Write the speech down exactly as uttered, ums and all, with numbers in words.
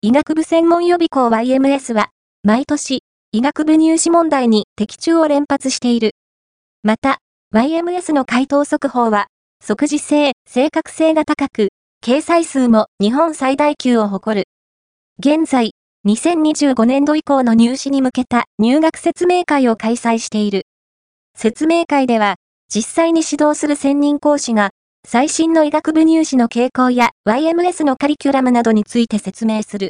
医学部専門予備校 ワイエムエス は、毎年、医学部入試問題に的中を連発している。また、ワイエムエス の回答速報は、即時性、正確性が高く、掲載数も日本最大級を誇る。現在、にせんにじゅうごねんど以降の入試に向けた入学説明会を開催している。説明会では、実際に指導する専任講師が、最新の医学部入試の傾向や ワイエムエス のカリキュラムなどについて説明する。